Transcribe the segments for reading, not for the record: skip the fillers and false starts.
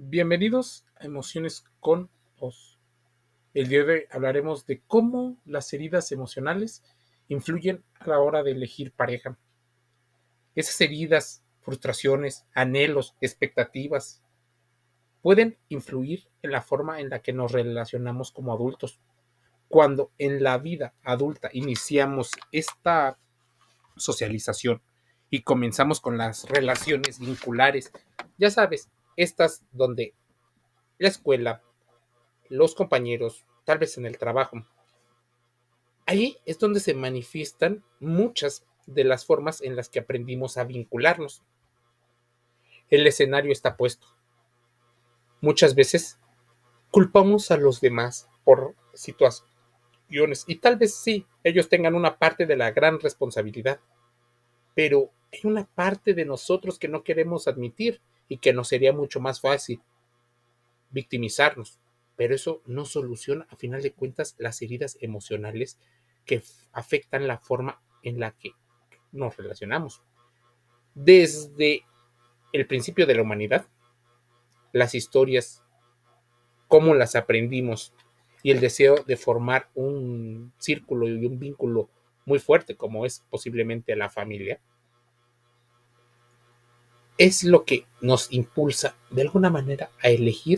Bienvenidos a Emociones con Os. El día de hoy hablaremos de cómo las heridas emocionales influyen a la hora de elegir pareja. Esas heridas, frustraciones, anhelos, expectativas pueden influir en la forma en la que nos relacionamos como adultos. Cuando en la vida adulta iniciamos esta socialización y comenzamos con las relaciones vinculares, ya sabes, estas donde la escuela, los compañeros, tal vez en el trabajo. Ahí es donde se manifiestan muchas de las formas en las que aprendimos a vincularnos. El escenario está puesto. Muchas veces culpamos a los demás por situaciones y tal vez sí, ellos tengan una parte de la gran responsabilidad, pero hay una parte de nosotros que no queremos admitir y que nos sería mucho más fácil victimizarnos, pero eso no soluciona a final de cuentas las heridas emocionales que afectan la forma en la que nos relacionamos. Desde el principio de la humanidad, las historias, cómo las aprendimos y el deseo de formar un círculo y un vínculo muy fuerte como es posiblemente la familia, es lo que nos impulsa de alguna manera a elegir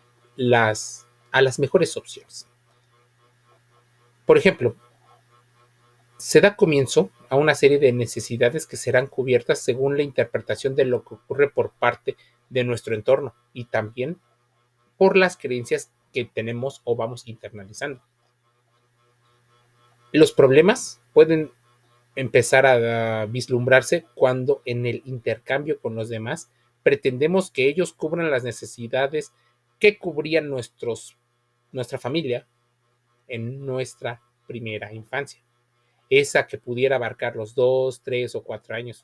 a las mejores opciones. Por ejemplo, se da comienzo a una serie de necesidades que serán cubiertas según la interpretación de lo que ocurre por parte de nuestro entorno y también por las creencias que tenemos o vamos internalizando. Los problemas pueden empezar a vislumbrarse cuando en el intercambio con los demás pretendemos que ellos cubran las necesidades que cubrían nuestra familia en nuestra primera infancia, esa que pudiera abarcar los 2, 3 o 4 años.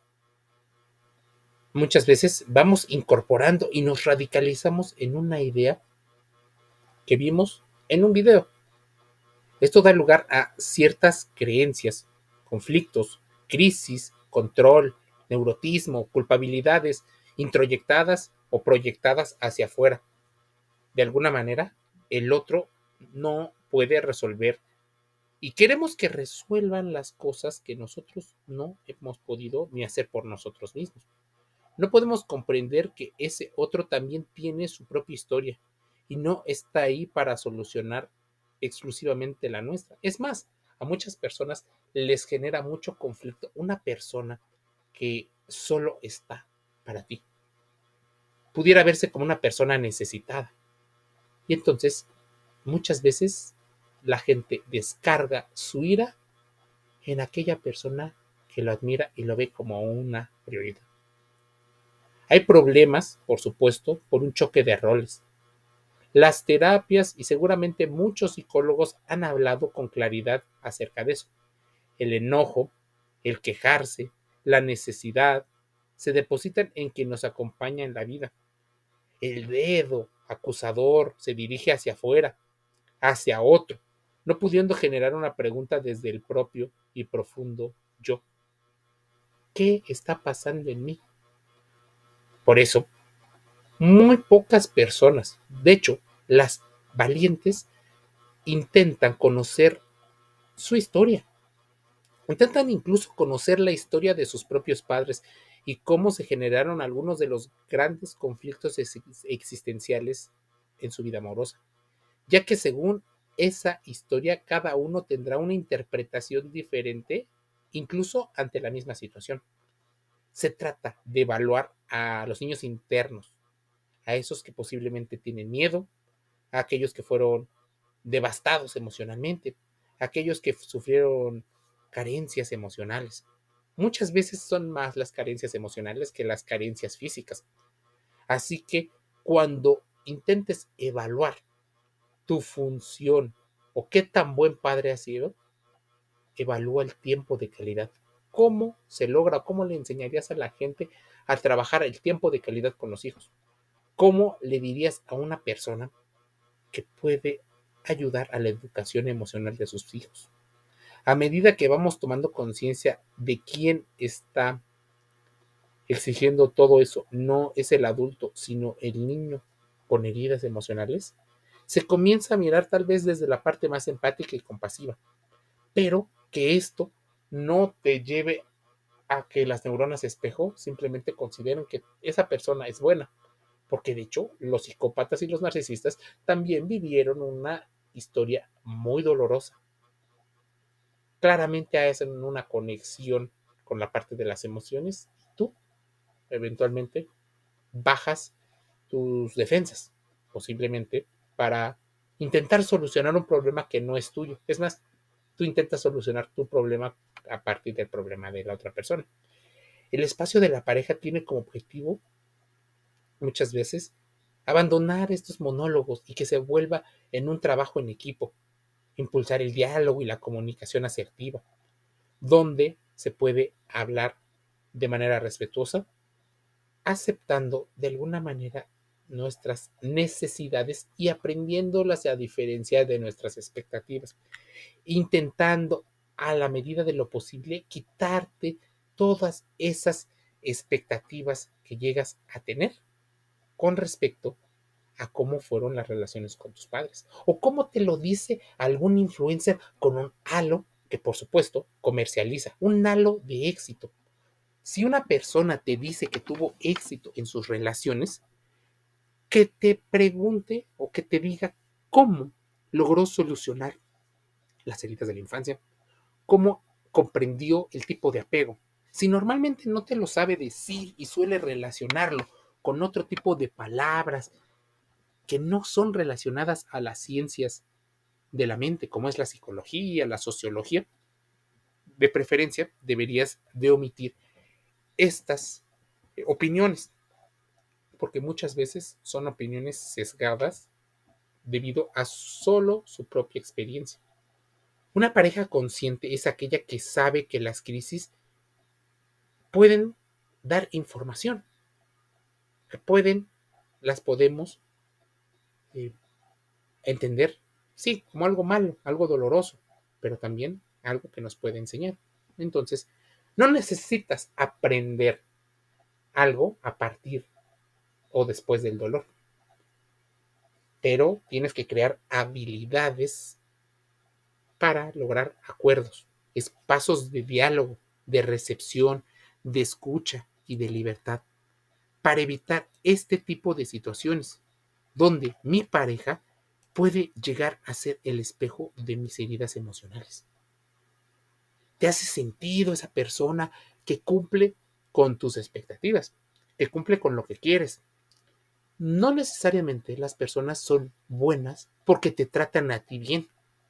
Muchas veces vamos incorporando y nos radicalizamos en una idea que vimos en un video. Esto da lugar a ciertas creencias, conflictos, crisis, control, neurotismo, culpabilidades introyectadas o proyectadas hacia afuera. De alguna manera, el otro no puede resolver y queremos que resuelvan las cosas que nosotros no hemos podido ni hacer por nosotros mismos. No podemos comprender que ese otro también tiene su propia historia y no está ahí para solucionar exclusivamente la nuestra. Es más, a muchas personas les genera mucho conflicto una persona que solo está para ti. Pudiera verse como una persona necesitada. Y entonces, muchas veces la gente descarga su ira en aquella persona que lo admira y lo ve como una prioridad. Hay problemas, por supuesto, por un choque de roles. Las terapias y seguramente muchos psicólogos han hablado con claridad acerca de eso. El enojo, el quejarse, la necesidad, se depositan en quien nos acompaña en la vida. El dedo acusador se dirige hacia afuera, hacia otro, no pudiendo generar una pregunta desde el propio y profundo yo. ¿Qué está pasando en mí? Por eso, muy pocas personas, de hecho, las valientes, intentan conocer su historia. Intentan incluso conocer la historia de sus propios padres y cómo se generaron algunos de los grandes conflictos existenciales en su vida amorosa, ya que según esa historia cada uno tendrá una interpretación diferente, incluso ante la misma situación. Se trata de evaluar a los niños internos, a esos que posiblemente tienen miedo, a aquellos que fueron devastados emocionalmente, a aquellos que sufrieron carencias emocionales. Muchas veces son más las carencias emocionales que las carencias físicas. Así que cuando intentes evaluar tu función o qué tan buen padre has sido, evalúa el tiempo de calidad. ¿Cómo se logra? ¿Cómo le enseñarías a la gente a trabajar el tiempo de calidad con los hijos? ¿Cómo le dirías a una persona que puede ayudar a la educación emocional de sus hijos? A medida que vamos tomando conciencia de quién está exigiendo todo eso, no es el adulto, sino el niño. con heridas emocionales, se comienza a mirar tal vez desde la parte más empática y compasiva, pero que esto no te lleve a que las neuronas espejo simplemente consideren que esa persona es buena, porque de hecho los psicópatas y los narcisistas también vivieron una historia muy dolorosa. Claramente hacen una conexión con la parte de las emociones y tú eventualmente bajas tus defensas o simplemente para intentar solucionar un problema que no es tuyo. Es más, tú intentas solucionar tu problema a partir del problema de la otra persona. El espacio de la pareja tiene como objetivo muchas veces abandonar estos monólogos y que se vuelva en un trabajo en equipo, impulsar el diálogo y la comunicación asertiva, donde se puede hablar de manera respetuosa, aceptando de alguna manera nuestras necesidades y aprendiéndolas a diferenciar de nuestras expectativas, intentando a la medida de lo posible quitarte todas esas expectativas que llegas a tener con respecto a cómo fueron las relaciones con tus padres o cómo te lo dice algún influencer con un halo que por supuesto comercializa, un halo de éxito. Si una persona te dice que tuvo éxito en sus relaciones, que te pregunte o que te diga cómo logró solucionar las heridas de la infancia, cómo comprendió el tipo de apego. Si normalmente no te lo sabe decir y suele relacionarlo con otro tipo de palabras que no son relacionadas a las ciencias de la mente, como es la psicología, la sociología, de preferencia deberías de omitir estas opiniones, porque muchas veces son opiniones sesgadas debido a solo su propia experiencia. Una pareja consciente es aquella que sabe que las crisis pueden dar información, que las podemos eh, entender, sí, como algo malo, algo doloroso, pero también algo que nos puede enseñar. Entonces, no necesitas aprender algo a partir o después del dolor, pero tienes que crear habilidades para lograr acuerdos, espacios de diálogo, de recepción, de escucha y de libertad, para evitar este tipo de situaciones, donde mi pareja puede llegar a ser el espejo de mis heridas emocionales. ¿Te hace sentido esa persona que cumple con tus expectativas, que cumple con lo que quieres? No necesariamente las personas son buenas porque te tratan a ti bien,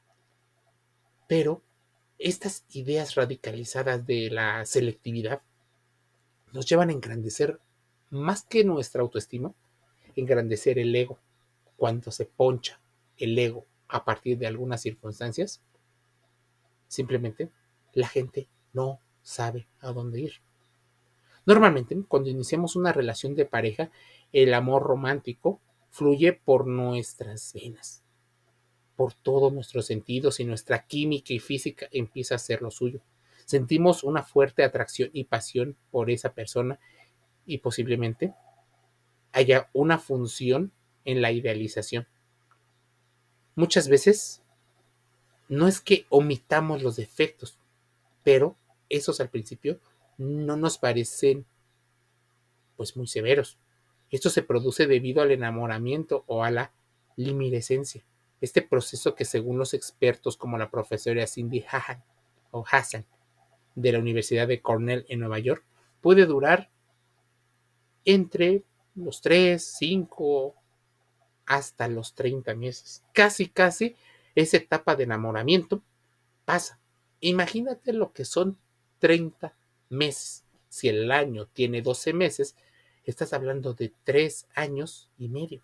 pero estas ideas radicalizadas de la selectividad nos llevan a engrandecer más que nuestra autoestima, engrandecer el ego. Cuando se poncha el ego a partir de algunas circunstancias, simplemente la gente no sabe a dónde ir. Normalmente, cuando iniciamos una relación de pareja, el amor romántico fluye por nuestras venas, por todos nuestros sentidos y nuestra química y física empieza a ser lo suyo. Sentimos una fuerte atracción y pasión por esa persona y posiblemente haya una función en la idealización. Muchas veces no es que omitamos los defectos, pero esos al principio no nos parecen pues muy severos. Esto se produce debido al enamoramiento o a la limirescencia. Este proceso que según los expertos como la profesora Cindy Hassan de la Universidad de Cornell en Nueva York puede durar entre los 3, 5 hasta los 30 meses. Casi esa etapa de enamoramiento pasa. Imagínate lo que son 30 meses. Si el año tiene 12 meses, estás hablando de 3 años y medio.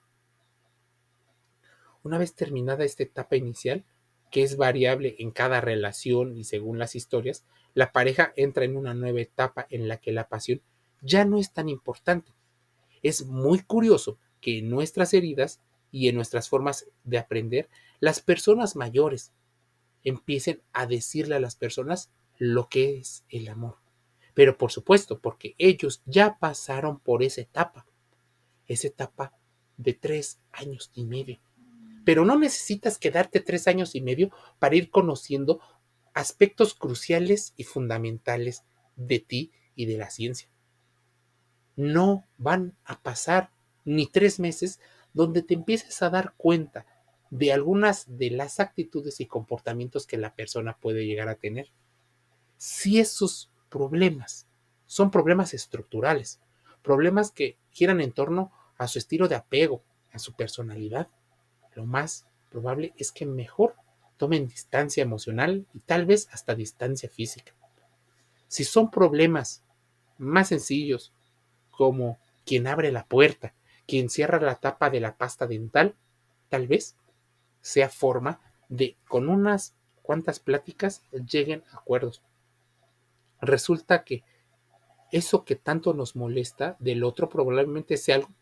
Una vez terminada esta etapa inicial, que es variable en cada relación y según las historias, la pareja entra en una nueva etapa en la que la pasión ya no es tan importante. Es muy curioso que en nuestras heridas y en nuestras formas de aprender, las personas mayores empiecen a decirle a las personas lo que es el amor. Pero por supuesto, porque ellos ya pasaron por esa etapa de 3 años y medio. Pero no necesitas quedarte 3 años y medio para ir conociendo aspectos cruciales y fundamentales de ti y de la ciencia. No van a pasar ni 3 meses donde te empieces a dar cuenta de algunas de las actitudes y comportamientos que la persona puede llegar a tener. Si esos problemas son problemas estructurales, problemas que giran en torno a su estilo de apego, a su personalidad, lo más probable es que mejor tomen distancia emocional y tal vez hasta distancia física. Si son problemas más sencillos, como quien abre la puerta, quien cierra la tapa de la pasta dental, tal vez sea forma de, con unas cuantas pláticas, lleguen a acuerdos. Resulta que eso que tanto nos molesta del otro probablemente sea algo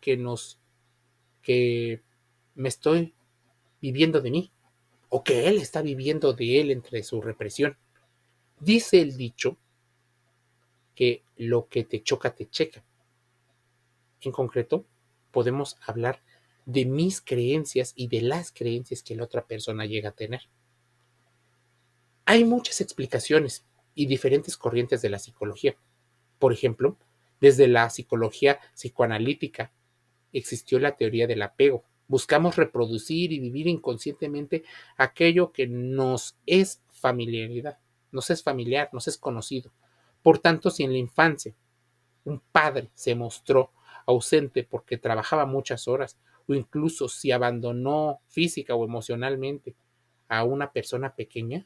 que me estoy viviendo de mí, o que él está viviendo de él entre su represión. Dice el dicho que lo que te choca, te checa. En concreto, podemos hablar de mis creencias y de las creencias que la otra persona llega a tener. Hay muchas explicaciones y diferentes corrientes de la psicología. Por ejemplo, desde la psicología psicoanalítica existió la teoría del apego. Buscamos reproducir y vivir inconscientemente aquello que nos es familiaridad, nos es familiar, nos es conocido. Por tanto, si en la infancia un padre se mostró ausente porque trabajaba muchas horas, o incluso si abandonó física o emocionalmente a una persona pequeña,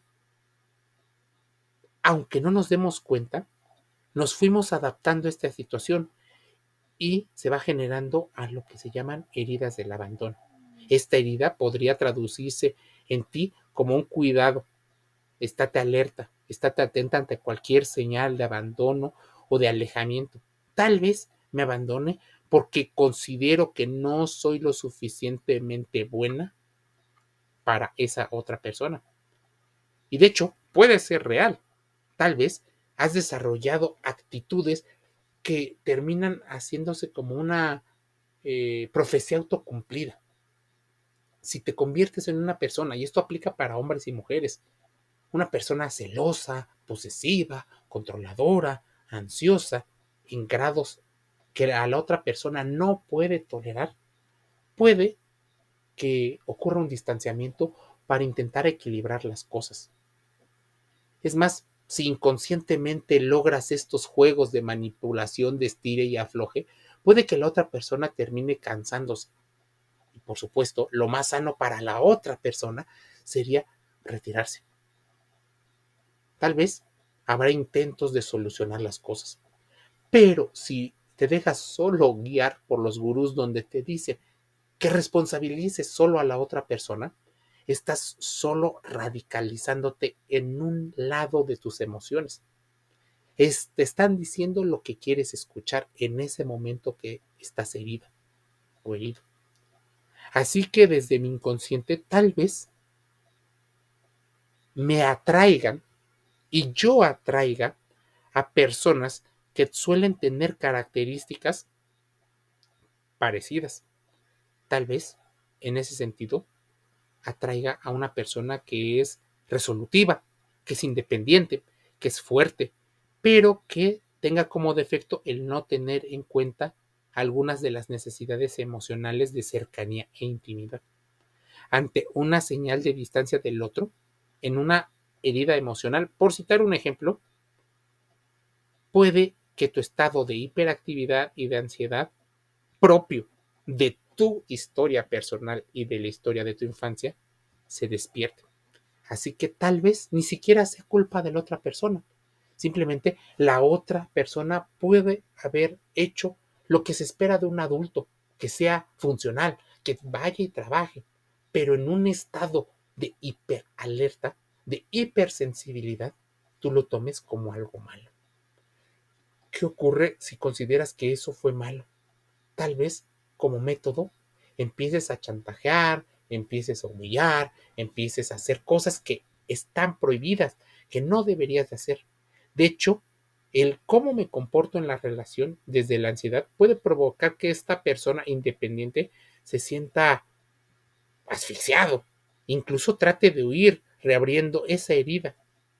aunque no nos demos cuenta, nos fuimos adaptando a esta situación y se va generando a lo que se llaman heridas del abandono. Esta herida podría traducirse en ti como un cuidado. Estate alerta, estate atenta ante cualquier señal de abandono o de alejamiento. Tal vez me abandone porque considero que no soy lo suficientemente buena para esa otra persona. Y de hecho, puede ser real. Tal vez has desarrollado actitudes que terminan haciéndose como una profecía autocumplida. Si te conviertes en una persona, y esto aplica para hombres y mujeres, una persona celosa, posesiva, controladora, ansiosa, en grados que a la otra persona no puede tolerar, puede que ocurra un distanciamiento para intentar equilibrar las cosas. Es más, si inconscientemente logras estos juegos de manipulación, de estire y afloje, puede que la otra persona termine cansándose. Y por supuesto, lo más sano para la otra persona sería retirarse. Tal vez habrá intentos de solucionar las cosas, pero si te dejas solo guiar por los gurús donde te dicen que responsabilices solo a la otra persona, estás solo radicalizándote en un lado de tus emociones. Te están diciendo lo que quieres escuchar en ese momento que estás herida o herido. Así que desde mi inconsciente tal vez me atraigan y yo atraiga a personas que suelen tener características parecidas. Tal vez, en ese sentido, atraiga a una persona que es resolutiva, que es independiente, que es fuerte, pero que tenga como defecto el no tener en cuenta algunas de las necesidades emocionales de cercanía e intimidad. Ante una señal de distancia del otro, en una herida emocional, por citar un ejemplo, puede que tu estado de hiperactividad y de ansiedad propio de tu historia personal y de la historia de tu infancia se despierte. Así que tal vez ni siquiera sea culpa de la otra persona. Simplemente la otra persona puede haber hecho lo que se espera de un adulto, que sea funcional, que vaya y trabaje, pero en un estado de hiperalerta, de hipersensibilidad, tú lo tomes como algo malo. ¿Qué ocurre si consideras que eso fue malo? Tal vez como método empieces a chantajear, empieces a humillar, empieces a hacer cosas que están prohibidas, que no deberías de hacer. De hecho, el cómo me comporto en la relación desde la ansiedad puede provocar que esta persona independiente se sienta asfixiado, incluso trate de huir, reabriendo esa herida.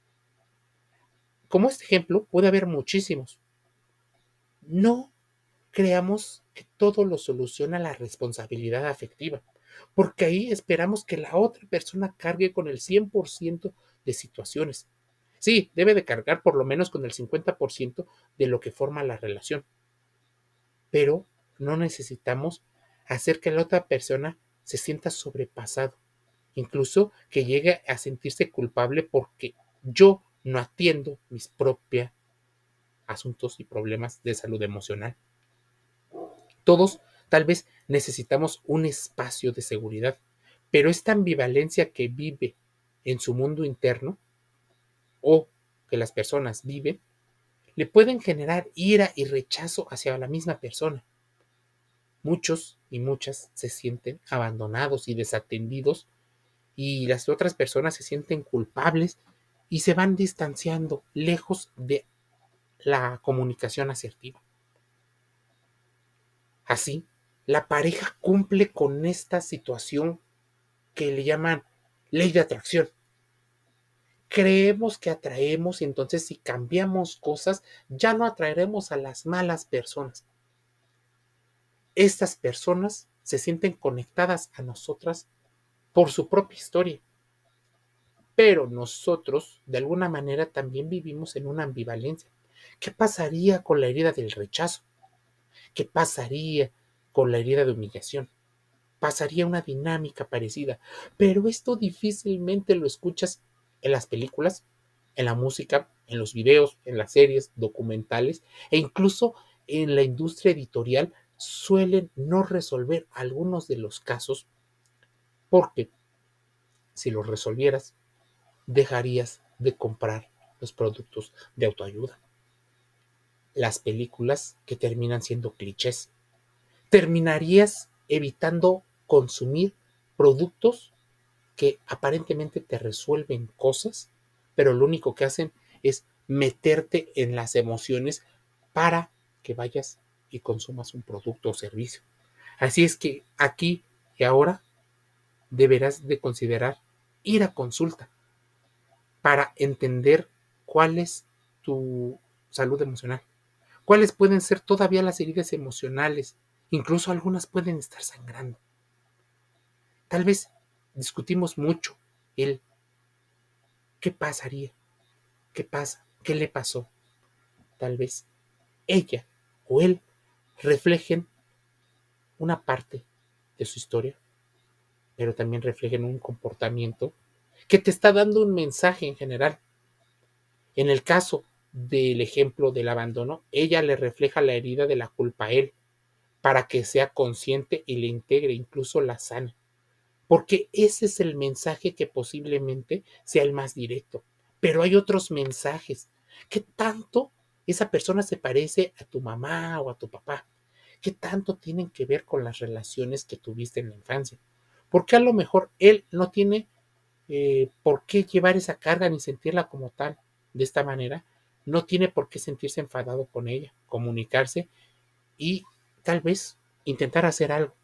Como este ejemplo, puede haber muchísimos. No creamos que todo lo soluciona la responsabilidad afectiva, porque ahí esperamos que la otra persona cargue con el 100% de situaciones. Sí, debe de cargar por lo menos con el 50% de lo que forma la relación, pero no necesitamos hacer que la otra persona se sienta sobrepasado, incluso que llegue a sentirse culpable porque yo no atiendo mis propios asuntos y problemas de salud emocional. Todos tal vez necesitamos un espacio de seguridad, pero esta ambivalencia que vive en su mundo interno o que las personas viven, le pueden generar ira y rechazo hacia la misma persona. Muchos y muchas se sienten abandonados y desatendidos y las otras personas se sienten culpables y se van distanciando lejos de la comunicación asertiva. Así, la pareja cumple con esta situación que le llaman ley de atracción. Creemos que atraemos y entonces si cambiamos cosas ya no atraeremos a las malas personas. Estas personas se sienten conectadas a nosotras por su propia historia, pero nosotros de alguna manera también vivimos en una ambivalencia. ¿Qué pasaría con la herida del rechazo? ¿Qué pasaría con la herida de humillación? Pasaría una dinámica parecida, pero esto difícilmente lo escuchas en las películas, en la música, en los videos, en las series, documentales e incluso en la industria editorial suelen no resolver algunos de los casos porque si los resolvieras dejarías de comprar los productos de autoayuda. Las películas que terminan siendo clichés. Terminarías evitando consumir productos que aparentemente te resuelven cosas, pero lo único que hacen es meterte en las emociones para que vayas y consumas un producto o servicio. Así es que aquí y ahora deberás de considerar ir a consulta para entender cuál es tu salud emocional, cuáles pueden ser todavía las heridas emocionales, incluso algunas pueden estar sangrando. Tal vez discutimos mucho el qué pasaría, qué pasa, qué le pasó. Tal vez ella o él reflejen una parte de su historia, pero también reflejen un comportamiento que te está dando un mensaje en general. En el caso del ejemplo del abandono, ella le refleja la herida de la culpa a él para que sea consciente y le integre, incluso la sane. Porque ese es el mensaje que posiblemente sea el más directo. Pero hay otros mensajes. ¿Qué tanto esa persona se parece a tu mamá o a tu papá? ¿Qué tanto tienen que ver con las relaciones que tuviste en la infancia? Porque a lo mejor él no tiene por qué llevar esa carga ni sentirla como tal. De esta manera, no tiene por qué sentirse enfadado con ella, comunicarse y tal vez intentar hacer algo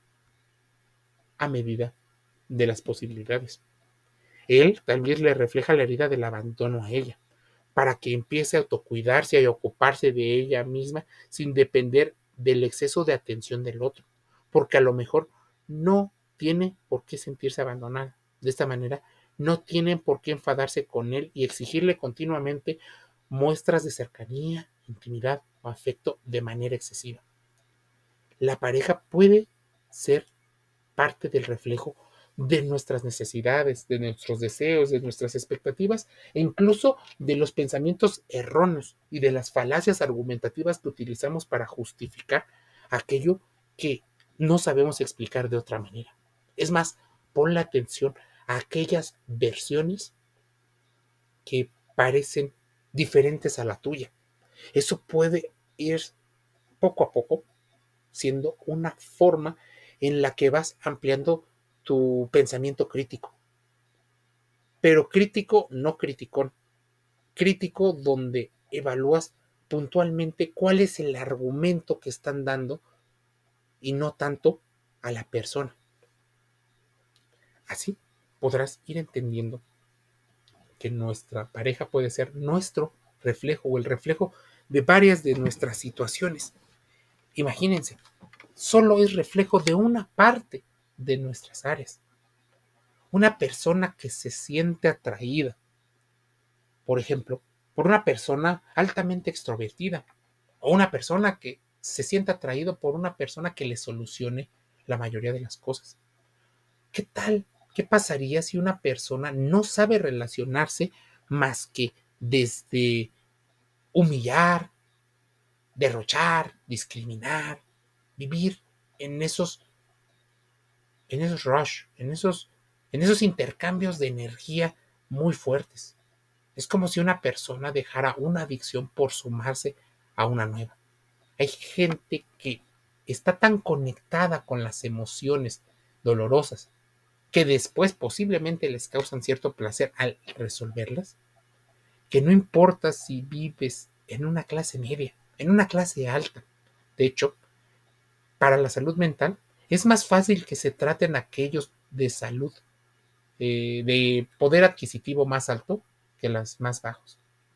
a medida de las posibilidades. Él también le refleja la herida del abandono a ella, para que empiece a autocuidarse y a ocuparse de ella misma sin depender del exceso de atención del otro, porque a lo mejor no tiene por qué sentirse abandonada. De esta manera, no tienen por qué enfadarse con él y exigirle continuamente muestras de cercanía, intimidad o afecto de manera excesiva. La pareja puede ser parte del reflejo de nuestras necesidades, de nuestros deseos, de nuestras expectativas e incluso de los pensamientos erróneos y de las falacias argumentativas que utilizamos para justificar aquello que no sabemos explicar de otra manera. Es más, pon la atención a aquellas versiones que parecen diferentes a la tuya. Eso puede ir poco a poco siendo una forma en la que vas ampliando tu pensamiento crítico. Pero crítico, no criticón. Crítico donde evalúas puntualmente cuál es el argumento que están dando y no tanto a la persona. Así podrás ir entendiendo que nuestra pareja puede ser nuestro reflejo o el reflejo de varias de nuestras situaciones. Imagínense, solo es reflejo de una parte de nuestras áreas. Una persona que se siente atraída, por ejemplo, por una persona altamente extrovertida o una persona que se siente atraído por una persona que le solucione la mayoría de las cosas. ¿Qué tal? ¿Qué pasaría si una persona no sabe relacionarse más que desde humillar, derrochar, discriminar, vivir en esos, en esos rush, en esos intercambios de energía muy fuertes? Es como si una persona dejara una adicción por sumarse a una nueva. Hay gente que está tan conectada con las emociones dolorosas que después posiblemente les causan cierto placer al resolverlas, que no importa si vives en una clase media, en una clase alta. De hecho, para la salud mental es más fácil que se traten aquellos de salud, de poder adquisitivo más alto que las más bajos.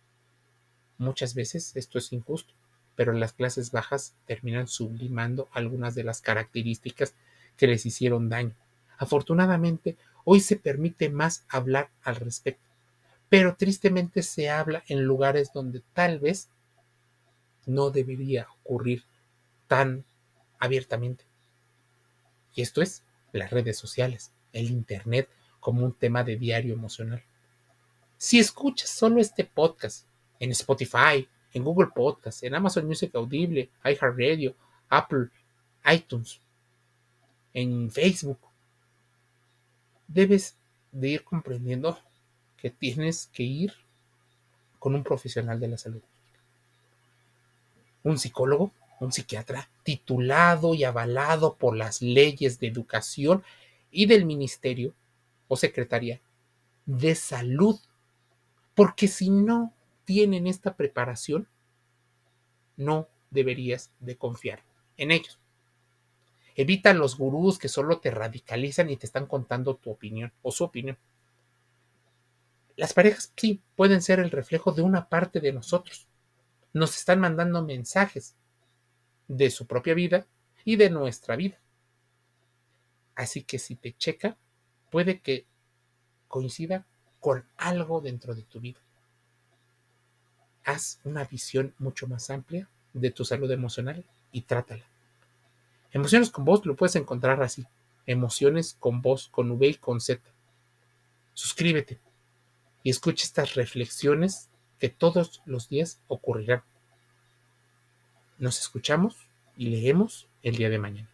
Muchas veces esto es injusto, pero las clases bajas terminan sublimando algunas de las características que les hicieron daño. Afortunadamente, hoy se permite más hablar al respecto, pero tristemente se habla en lugares donde tal vez no debería ocurrir tan abiertamente. Y esto es las redes sociales, el Internet como un tema de diario emocional. Si escuchas solo este podcast en Spotify, en Google Podcast, en Amazon Music Audible, iHeartRadio, Apple, iTunes, en Facebook, debes de ir comprendiendo que tienes que ir con un profesional de la salud, un psicólogo, un psiquiatra titulado y avalado por las leyes de educación y del Ministerio o Secretaría de Salud, porque si no tienen esta preparación, no deberías de confiar en ellos. Evita los gurús que solo te radicalizan y te están contando tu opinión o su opinión. Las parejas sí pueden ser el reflejo de una parte de nosotros. Nos están mandando mensajes de su propia vida y de nuestra vida. Así que si te checa, puede que coincida con algo dentro de tu vida. Haz una visión mucho más amplia de tu salud emocional y trátala. Emociones con Voz lo puedes encontrar así. Emociones con Voz, con V y con Z. Suscríbete y escucha estas reflexiones que todos los días ocurrirán. Nos escuchamos y leemos el día de mañana.